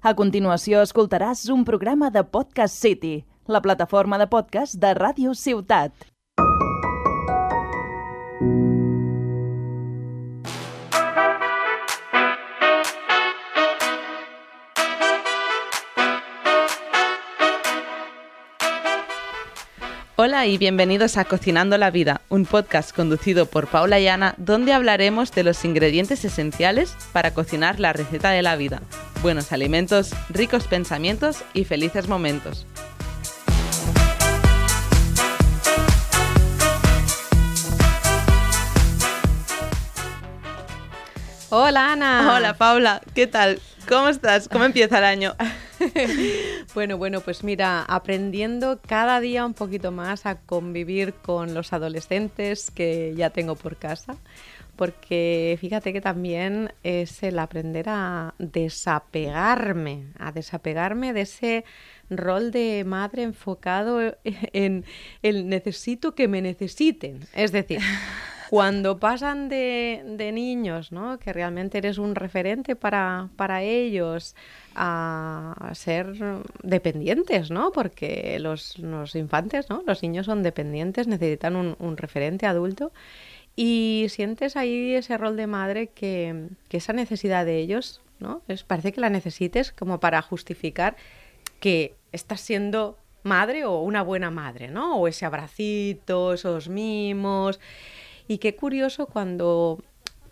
A continuació escoltaràs un programa de Podcast City, la plataforma de podcast de Ràdio Ciutat. Hola y bienvenidos a Cocinando la Vida, un podcast conducido por Paula y Ana, donde hablaremos de los ingredientes esenciales para cocinar la receta de la vida. Buenos alimentos, ricos pensamientos y felices momentos. Hola Ana. Hola Paula, ¿qué tal? ¿Cómo estás? ¿Cómo empieza el año? Bueno, pues mira, aprendiendo cada día un poquito más a convivir con los adolescentes que ya tengo por casa, porque fíjate que también es el aprender a desapegarme de ese rol de madre enfocado en el necesito que me necesiten, es decir... Cuando pasan de niños, ¿no? Que realmente eres un referente para ellos, a ser dependientes, ¿no? Porque los infantes, ¿no? Los niños son dependientes, necesitan un referente adulto. Y sientes ahí ese rol de madre que esa necesidad de ellos, ¿no? Parece que la necesites como para justificar que estás siendo madre o una buena madre, ¿no? O ese abracito, esos mimos... Y qué curioso cuando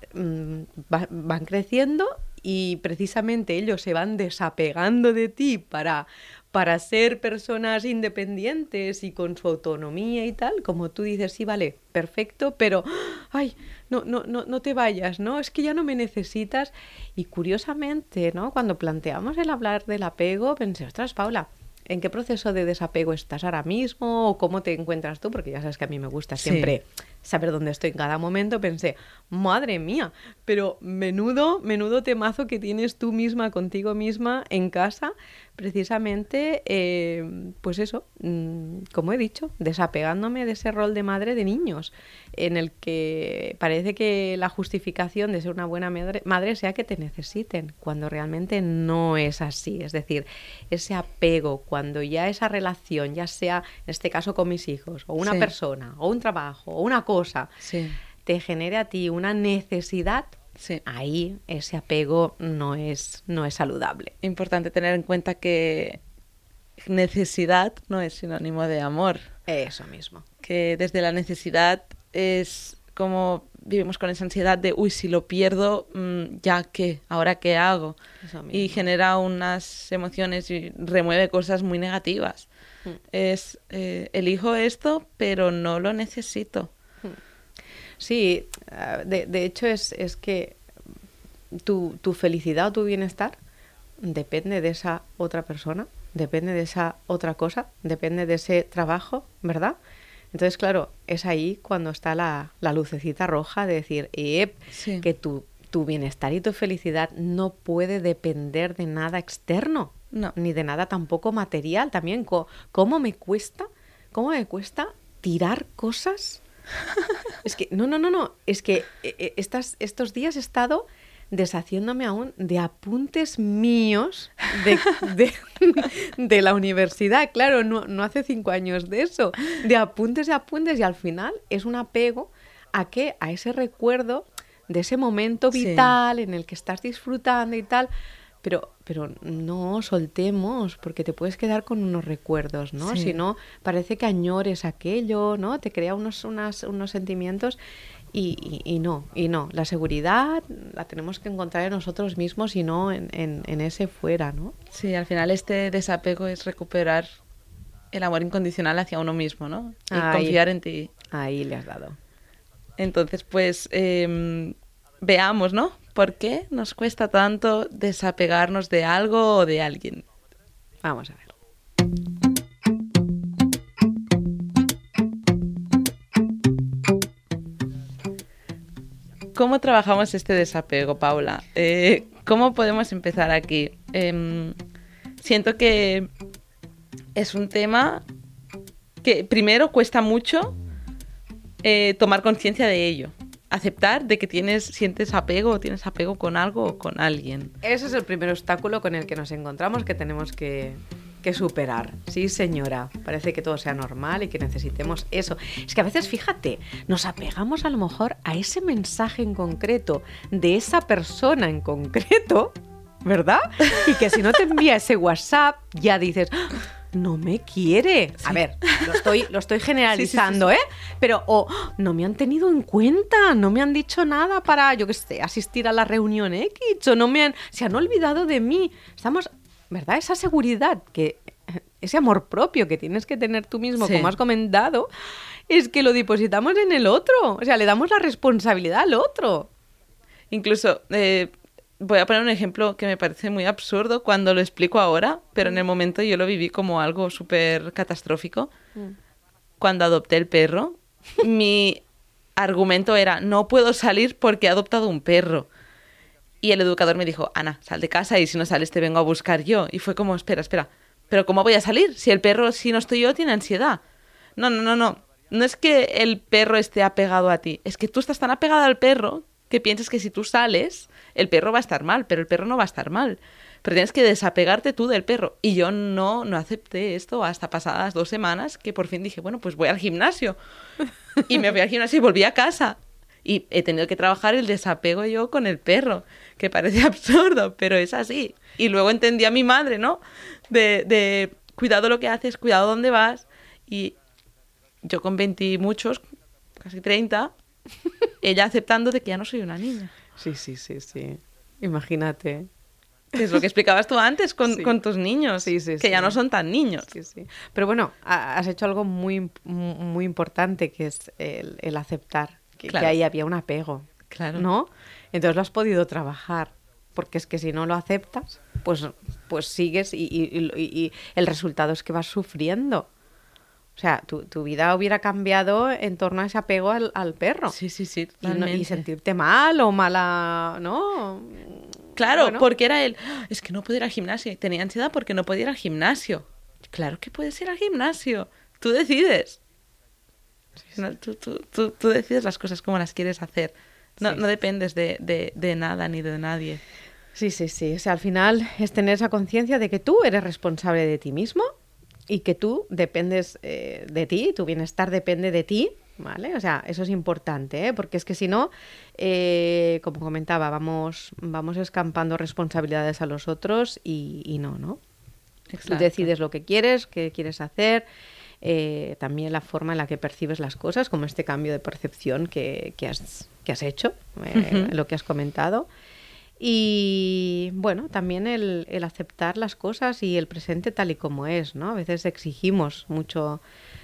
van creciendo y precisamente ellos se van desapegando de ti para ser personas independientes y con su autonomía y tal, como tú dices, sí, vale, perfecto, pero ay, no te vayas, ¿no? Es que ya no me necesitas. Y curiosamente, ¿no? Cuando planteamos el hablar del apego, pensé, ostras, Paula, ¿en qué proceso de desapego estás ahora mismo? ¿O cómo te encuentras tú? Porque ya sabes que a mí me gusta siempre saber dónde estoy en cada momento. Pensé, madre mía, pero menudo temazo que tienes tú misma contigo misma en casa, precisamente, pues eso, como he dicho, desapegándome de ese rol de madre de niños, en el que parece que la justificación de ser una buena madre sea que te necesiten, cuando realmente no es así. Es decir, ese apego, cuando ya esa relación, ya sea en este caso con mis hijos, o una persona, o un trabajo, o una cosa, te genere a ti una necesidad, ahí ese apego no es saludable. Importante tener en cuenta que necesidad no es sinónimo de amor. Eso mismo. Que desde la necesidad es como vivimos con esa ansiedad de, uy, si lo pierdo, ¿ya qué? ¿Ahora qué hago? Y genera unas emociones y remueve cosas muy negativas. Es, elijo esto, pero no lo necesito. Sí, de hecho es que tu felicidad o tu bienestar depende de esa otra persona, depende de esa otra cosa, depende de ese trabajo, ¿verdad? Entonces, claro, es ahí cuando está la lucecita roja de decir, que tu bienestar y tu felicidad no puede depender de nada externo, ni de nada tampoco material. También, ¿cómo me cuesta tirar cosas? Es que, no, es que estos días he estado deshaciéndome aún de apuntes míos de la universidad. Claro, no hace 5 años de eso, de apuntes y al final es un apego a ese recuerdo de ese momento vital en el que estás disfrutando y tal. Pero no soltemos, porque te puedes quedar con unos recuerdos, ¿no? Si no, parece que añores aquello, ¿no? Te crea unos sentimientos y no. La seguridad la tenemos que encontrar en nosotros mismos y no en ese fuera, ¿no? Sí, al final este desapego es recuperar el amor incondicional hacia uno mismo, ¿no? Y confiar en ti. Ahí le has dado. Entonces, pues, veamos, ¿no? ¿Por qué nos cuesta tanto desapegarnos de algo o de alguien? Vamos a ver. ¿Cómo trabajamos este desapego, Paula? ¿Cómo podemos empezar aquí? Siento que es un tema que primero cuesta mucho tomar conciencia de ello. aceptar de que sientes apego o tienes apego con algo o con alguien. Ese es el primer obstáculo con el que nos encontramos, que tenemos que superar. Sí, señora, parece que todo sea normal y que necesitemos eso. Es que a veces, fíjate, nos apegamos a lo mejor a ese mensaje en concreto, de esa persona en concreto, ¿verdad? Y que si no te envía ese WhatsApp, ya dices... no me quiere. Sí. A ver, lo estoy generalizando, sí. Pero no me han tenido en cuenta, no me han dicho nada para, yo qué sé, asistir a la reunión X, o se han olvidado de mí. Estamos, ¿verdad? Esa seguridad, ese amor propio que tienes que tener tú mismo, como has comentado, es que lo depositamos en el otro. O sea, le damos la responsabilidad al otro. Incluso... voy a poner un ejemplo que me parece muy absurdo cuando lo explico ahora, pero en el momento yo lo viví como algo súper catastrófico. Cuando adopté el perro, mi argumento era, no puedo salir porque he adoptado un perro. Y el educador me dijo, Ana, sal de casa y si no sales te vengo a buscar yo. Y fue como, espera, ¿pero cómo voy a salir? Si el perro, si no estoy yo, tiene ansiedad. No. No es que el perro esté apegado a ti, es que tú estás tan apegada al perro que piensas que si tú sales, el perro va a estar mal, pero el perro no va a estar mal. Pero tienes que desapegarte tú del perro. Y yo no acepté esto hasta pasadas 2 semanas, que por fin dije, bueno, pues voy al gimnasio. Y me fui al gimnasio y volví a casa. Y he tenido que trabajar el desapego yo con el perro, que parece absurdo, pero es así. Y luego entendí a mi madre, ¿no? De cuidado lo que haces, cuidado dónde vas. Y yo con 20 y muchos, casi 30... ella aceptando de que ya no soy una niña. Sí. Imagínate. Es lo que explicabas tú antes con tus niños, que ya no son tan niños. Sí. Pero bueno, has hecho algo muy, muy importante, que es el aceptar que ahí había un apego, ¿no? Entonces lo has podido trabajar, porque es que si no lo aceptas, pues sigues y el resultado es que vas sufriendo. O sea, tu vida hubiera cambiado en torno a ese apego al perro. Sí, y sentirte mal o mala, ¿no? Claro, bueno. Porque era es que no puedo ir al gimnasio. Tenía ansiedad porque no podía ir al gimnasio. Claro que puedes ir al gimnasio. Tú decides. Sí. No, tú decides las cosas como las quieres hacer. No dependes de nada ni de nadie. Sí. O sea, al final es tener esa conciencia de que tú eres responsable de ti mismo. Y que tú dependes de ti, tu bienestar depende de ti, ¿vale? O sea, eso es importante, porque es que si no, como comentaba, vamos escampando responsabilidades a los otros y no. Exacto. Tú decides lo que quieres, qué quieres hacer, también la forma en la que percibes las cosas, como este cambio de percepción que has hecho, lo que has comentado. Y bueno, también el aceptar las cosas y el presente tal y como es, ¿no? A veces exigimos mucho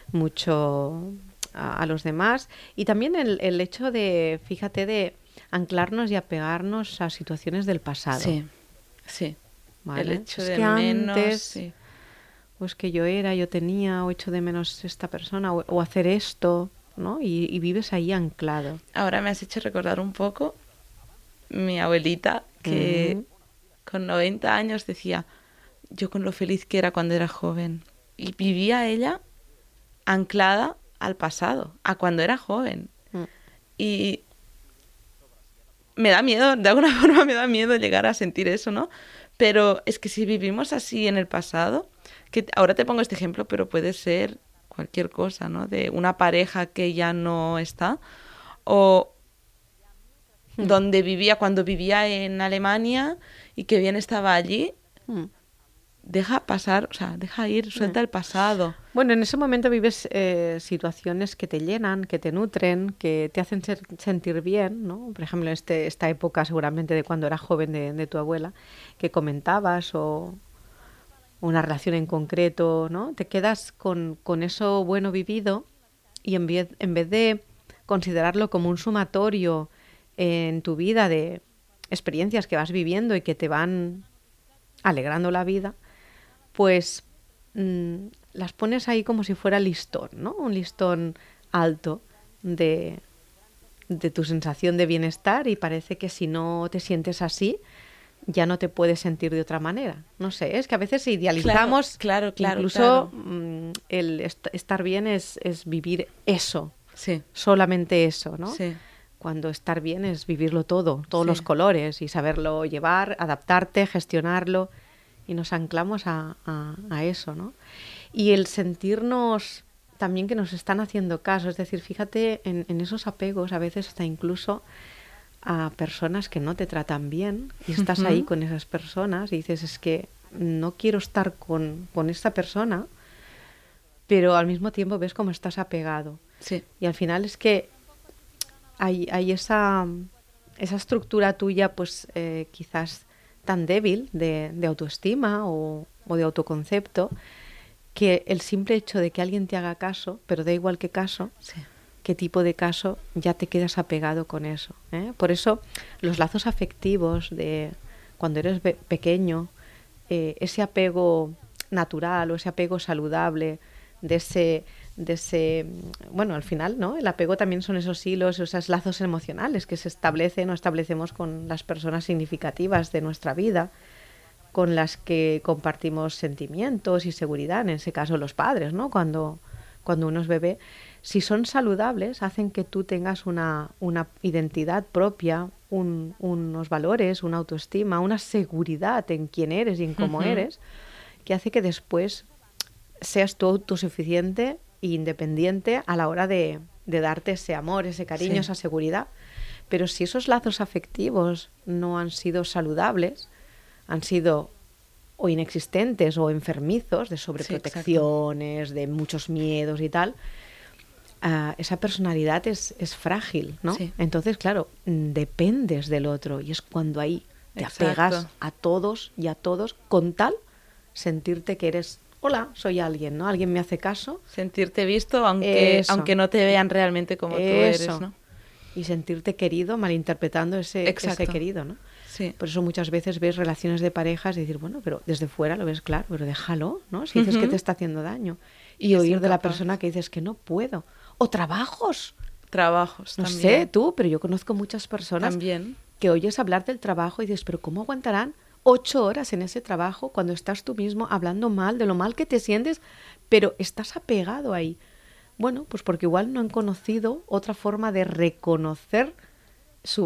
a los demás, y también el hecho de, fíjate, de anclarnos y apegarnos a situaciones del pasado. Sí. ¿Vale? El hecho es de que menos, antes, pues que yo tenía, o echo de menos esta persona, o hacer esto, ¿no? Y vives ahí anclado. Ahora me has hecho recordar un poco mi abuelita, que con 90 años decía, yo con lo feliz que era cuando era joven. Y vivía ella anclada al pasado, a cuando era joven. Y me da miedo, de alguna forma me da miedo llegar a sentir eso, ¿no? Pero es que si vivimos así en el pasado, que ahora te pongo este ejemplo, pero puede ser cualquier cosa, ¿no? De una pareja que ya no está, o donde vivía, cuando vivía en Alemania y que bien estaba allí, deja pasar, o sea, deja ir, suelta el pasado. Bueno, en ese momento vives situaciones que te llenan, que te nutren, que te hacen sentir bien, ¿no? Por ejemplo, esta época seguramente de cuando era joven de tu abuela, que comentabas, o una relación en concreto, ¿no? Te quedas con eso bueno vivido, y en vez de considerarlo como un sumatorio en tu vida de experiencias que vas viviendo y que te van alegrando la vida, pues las pones ahí como si fuera listón, ¿no? Un listón alto de tu sensación de bienestar, y parece que si no te sientes así, ya no te puedes sentir de otra manera. No sé, es que a veces idealizamos, claro, incluso el estar bien es vivir eso, sí, solamente eso, ¿no? Sí. cuando estar bien es vivirlo todo, todos los colores y saberlo llevar, adaptarte, gestionarlo, y nos anclamos a eso, ¿no? Y el sentirnos también que nos están haciendo caso, es decir, fíjate en esos apegos, a veces hasta incluso a personas que no te tratan bien y estás ahí con esas personas y dices, es que no quiero estar con esta persona, pero al mismo tiempo ves cómo estás apegado. Sí. Y al final es que hay esa estructura tuya, pues quizás tan débil de autoestima o de autoconcepto, que el simple hecho de que alguien te haga caso, pero da igual qué caso, qué tipo de caso, ya te quedas apegado con eso, ¿eh? Por eso los lazos afectivos de cuando eres pequeño, ese apego natural o ese apego saludable, de ese, bueno, al final, ¿no? El apego también son esos hilos, esos lazos emocionales que se establecen o establecemos con las personas significativas de nuestra vida, con las que compartimos sentimientos y seguridad, en ese caso los padres, ¿no? Cuando uno es bebé, si son saludables, hacen que tú tengas una identidad propia, unos valores, una autoestima, una seguridad en quién eres y en cómo eres, que hace que después seas tú autosuficiente e independiente a la hora de darte ese amor, ese cariño, esa seguridad. Pero si esos lazos afectivos no han sido saludables, han sido o inexistentes o enfermizos, de sobreprotecciones, de muchos miedos y tal, esa personalidad es frágil, ¿no? Sí. Entonces, claro, dependes del otro y es cuando ahí te apegas a todos y a todos con tal sentirte que eres, hola, soy alguien, ¿no? Alguien me hace caso. Sentirte visto aunque no te vean realmente como tú eres, ¿no? Y sentirte querido, malinterpretando ese querido, ¿no? Sí. Por eso muchas veces ves relaciones de parejas y decir, bueno, pero desde fuera lo ves claro, pero déjalo, ¿no? Si dices que te está haciendo daño. Y oír de la persona que dices que no puedo. O trabajos. Trabajos no también. No sé tú, pero yo conozco muchas personas también que oyes hablar del trabajo y dices, pero ¿cómo aguantarán 8 horas en ese trabajo cuando estás tú mismo hablando mal, de lo mal que te sientes, pero estás apegado ahí? Bueno, pues porque igual no han conocido otra forma de reconocer su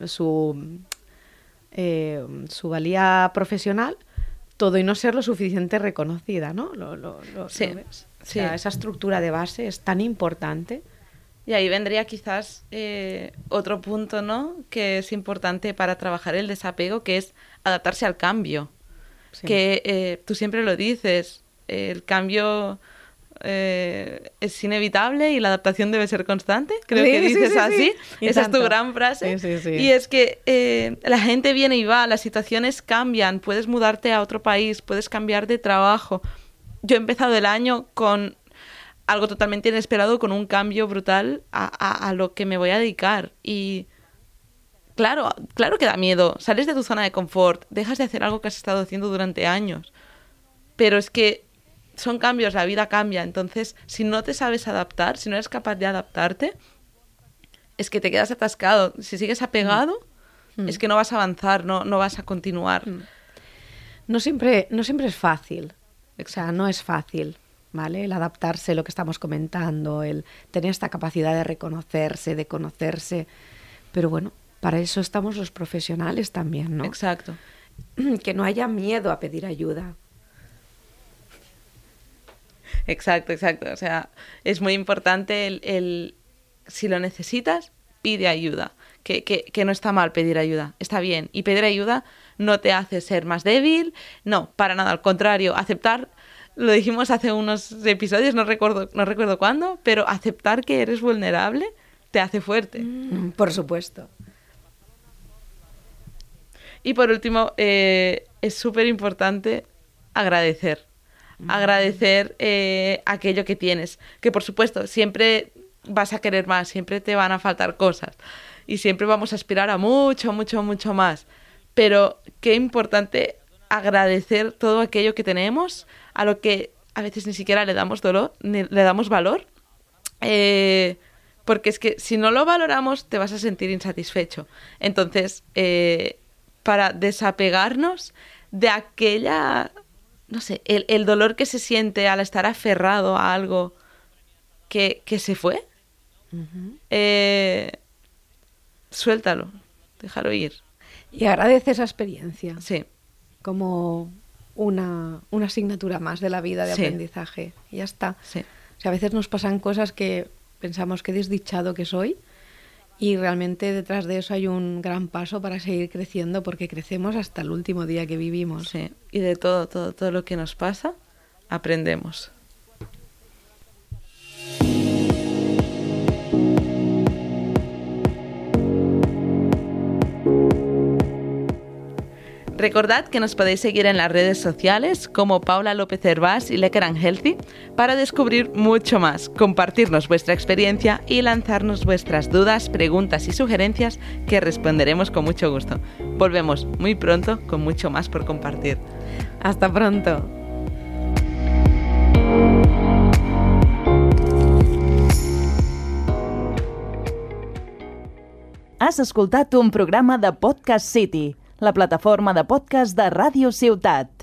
valía profesional, todo y no ser lo suficiente reconocida, ¿no? Sí. ¿lo ves? O sea, esa estructura de base es tan importante. Y ahí vendría quizás otro punto, ¿no? Que es importante para trabajar el desapego, que es adaptarse al cambio. Sí. Que tú siempre lo dices, el cambio es inevitable y la adaptación debe ser constante. Creo que dices así. Esa es tu gran frase. Sí. Y es que la gente viene y va, las situaciones cambian, puedes mudarte a otro país, puedes cambiar de trabajo. Yo he empezado el año con algo totalmente inesperado, con un cambio brutal a lo que me voy a dedicar. Y claro que da miedo. Sales de tu zona de confort, dejas de hacer algo que has estado haciendo durante años. Pero es que son cambios, la vida cambia. Entonces, si no te sabes adaptar, si no eres capaz de adaptarte, es que te quedas atascado. Si sigues apegado, es que no vas a avanzar, no vas a continuar. No siempre es fácil. O sea, no es fácil, ¿vale? El adaptarse, lo que estamos comentando, el tener esta capacidad de reconocerse, de conocerse. Pero bueno, para eso estamos los profesionales también, ¿no? Exacto. Que no haya miedo a pedir ayuda. Exacto. O sea, es muy importante el si lo necesitas, pide ayuda. Que no está mal pedir ayuda, está bien. Y pedir ayuda no te hace ser más débil, no, para nada, al contrario, aceptar, lo dijimos hace unos episodios, no recuerdo cuándo, pero aceptar que eres vulnerable te hace fuerte. Por supuesto. Y por último, es súper importante agradecer. Agradecer aquello que tienes. Que por supuesto, siempre vas a querer más, siempre te van a faltar cosas. Y siempre vamos a aspirar a mucho, mucho, mucho más. Pero qué importante agradecer todo aquello que tenemos, a lo que a veces ni siquiera le damos valor. Porque es que si no lo valoramos, te vas a sentir insatisfecho. Entonces, para desapegarnos de aquella, no sé, el dolor que se siente al estar aferrado a algo que se fue, suéltalo, déjalo ir. Y agradece esa experiencia. Sí. Como una asignatura más de la vida de aprendizaje. Y ya está. Sí. O sea, a veces nos pasan cosas que pensamos que desdichado que soy y realmente detrás de eso hay un gran paso para seguir creciendo porque crecemos hasta el último día que vivimos. Sí. Y de todo lo que nos pasa, aprendemos. Recordad que nos podéis seguir en las redes sociales como Paula López Hervás y Lecker and Healthy para descubrir mucho más, compartirnos vuestra experiencia y lanzarnos vuestras dudas, preguntas y sugerencias que responderemos con mucho gusto. Volvemos muy pronto con mucho más por compartir. Hasta pronto. Has escoltat un programa de Podcast City, la plataforma de podcast de Ràdio Ciutat.